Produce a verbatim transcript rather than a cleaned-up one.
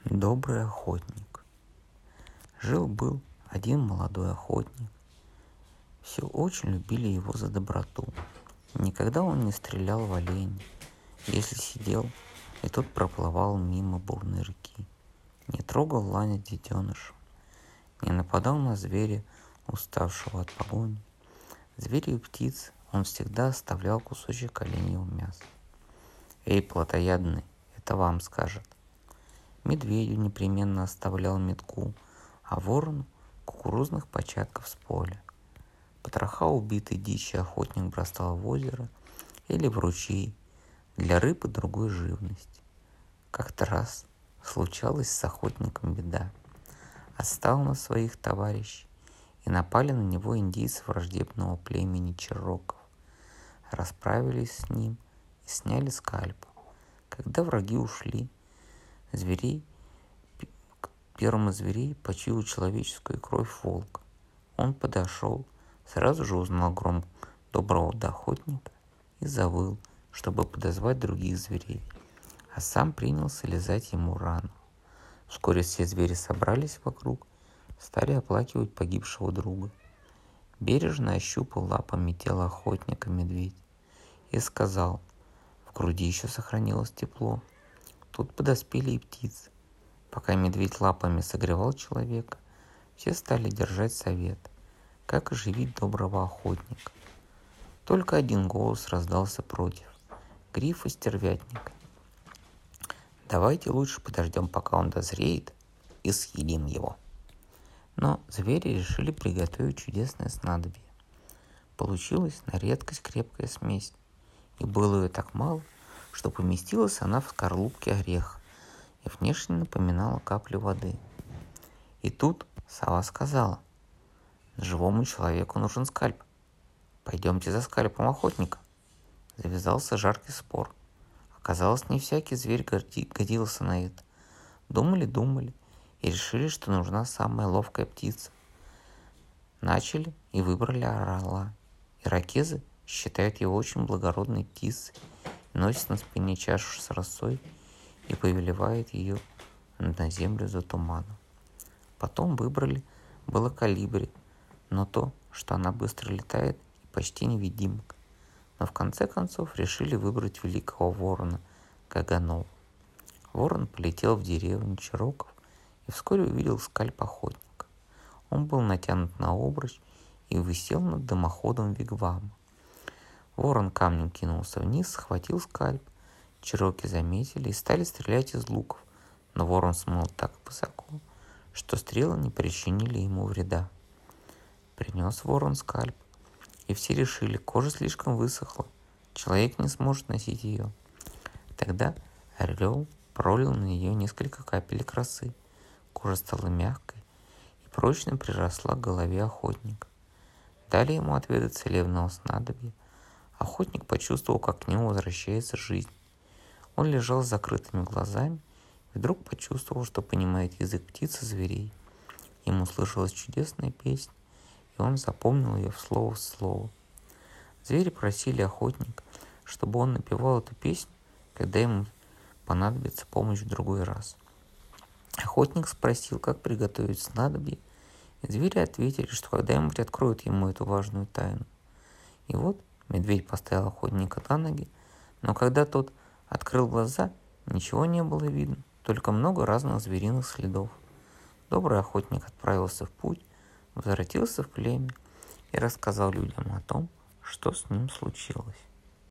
Добрый охотник. Жил-был один молодой охотник. Все очень любили его за доброту. Никогда он не стрелял в оленя, если сидел, и тот проплывал мимо бурной реки. Не трогал ланя детенышем, не нападал на зверя, уставшего от погони. Звери и птиц он всегда оставлял кусочек оленьего мяса. «Эй, плотоядный, это вам скажет». Медведю непременно оставлял метку, а ворону — кукурузных початков с поля. Потроха убитой дичи охотник бросал в озеро или в ручей для рыб и другой живности. Как-то раз случалась с охотником беда. Отстал на своих товарищей, и напали на него индейцы враждебного племени чероков. Расправились с ним и сняли скальпы. Когда враги ушли, зверей, первым из зверей почуял человеческую кровь волк. Он подошел, сразу же узнал гром доброго охотника и завыл, чтобы подозвать других зверей, а сам принялся лизать ему рану. Вскоре все звери собрались вокруг, стали оплакивать погибшего друга. Бережно ощупал лапами тело охотника медведь и сказал: в груди еще сохранилось тепло. Тут подоспели и птицы. Пока медведь лапами согревал человека, все стали держать совет, как оживить доброго охотника. Только один голос раздался против — грифа стервятника. «Давайте лучше подождем, пока он дозреет, и съедим его». Но звери решили приготовить чудесное снадобье. Получилась на редкость крепкая смесь, и было ее так мало, что поместилась она в скорлупке ореха и внешне напоминала каплю воды. И тут сова сказала: живому человеку нужен скальп. Пойдемте за скальпом охотника. Завязался жаркий спор. Оказалось, не всякий зверь годился на это. Думали-думали и решили, что нужна самая ловкая птица. Начали и выбрали орла. Иракезы считают его очень благородной птицей, носит на спине чашу с росой и повелевает ее на землю за туманом. Потом выбрали было колибри, но то, что она быстро летает и почти невидимка. Но в конце концов решили выбрать великого ворона Каганова. Ворон полетел в деревню чероков и вскоре увидел скальп охотника. Он был натянут на обруч и висел над дымоходом вигвама. Ворон камнем кинулся вниз, схватил скальп. Чероки заметили и стали стрелять из луков, но ворон смыл так высоко, что стрелы не причинили ему вреда. Принес ворон скальп, и все решили, кожа слишком высохла, человек не сможет носить ее. Тогда орел пролил на нее несколько капель росы. Кожа стала мягкой и прочно приросла к голове охотника. Дали ему отведать целебного снадобья. Охотник почувствовал, как к нему возвращается жизнь. Он лежал с закрытыми глазами и вдруг почувствовал, что понимает язык птиц и зверей. Ему слышалась чудесная песня, и он запомнил ее в слово в слово. Звери просили охотника, чтобы он напевал эту песню, когда ему понадобится помощь в другой раз. Охотник спросил, как приготовить снадобье, и звери ответили, что когда-нибудь откроют ему эту важную тайну. И вот медведь поставил охотника на ноги, но когда тот открыл глаза, ничего не было видно, только много разных звериных следов. Добрый охотник отправился в путь, возвратился в племя и рассказал людям о том, что с ним случилось.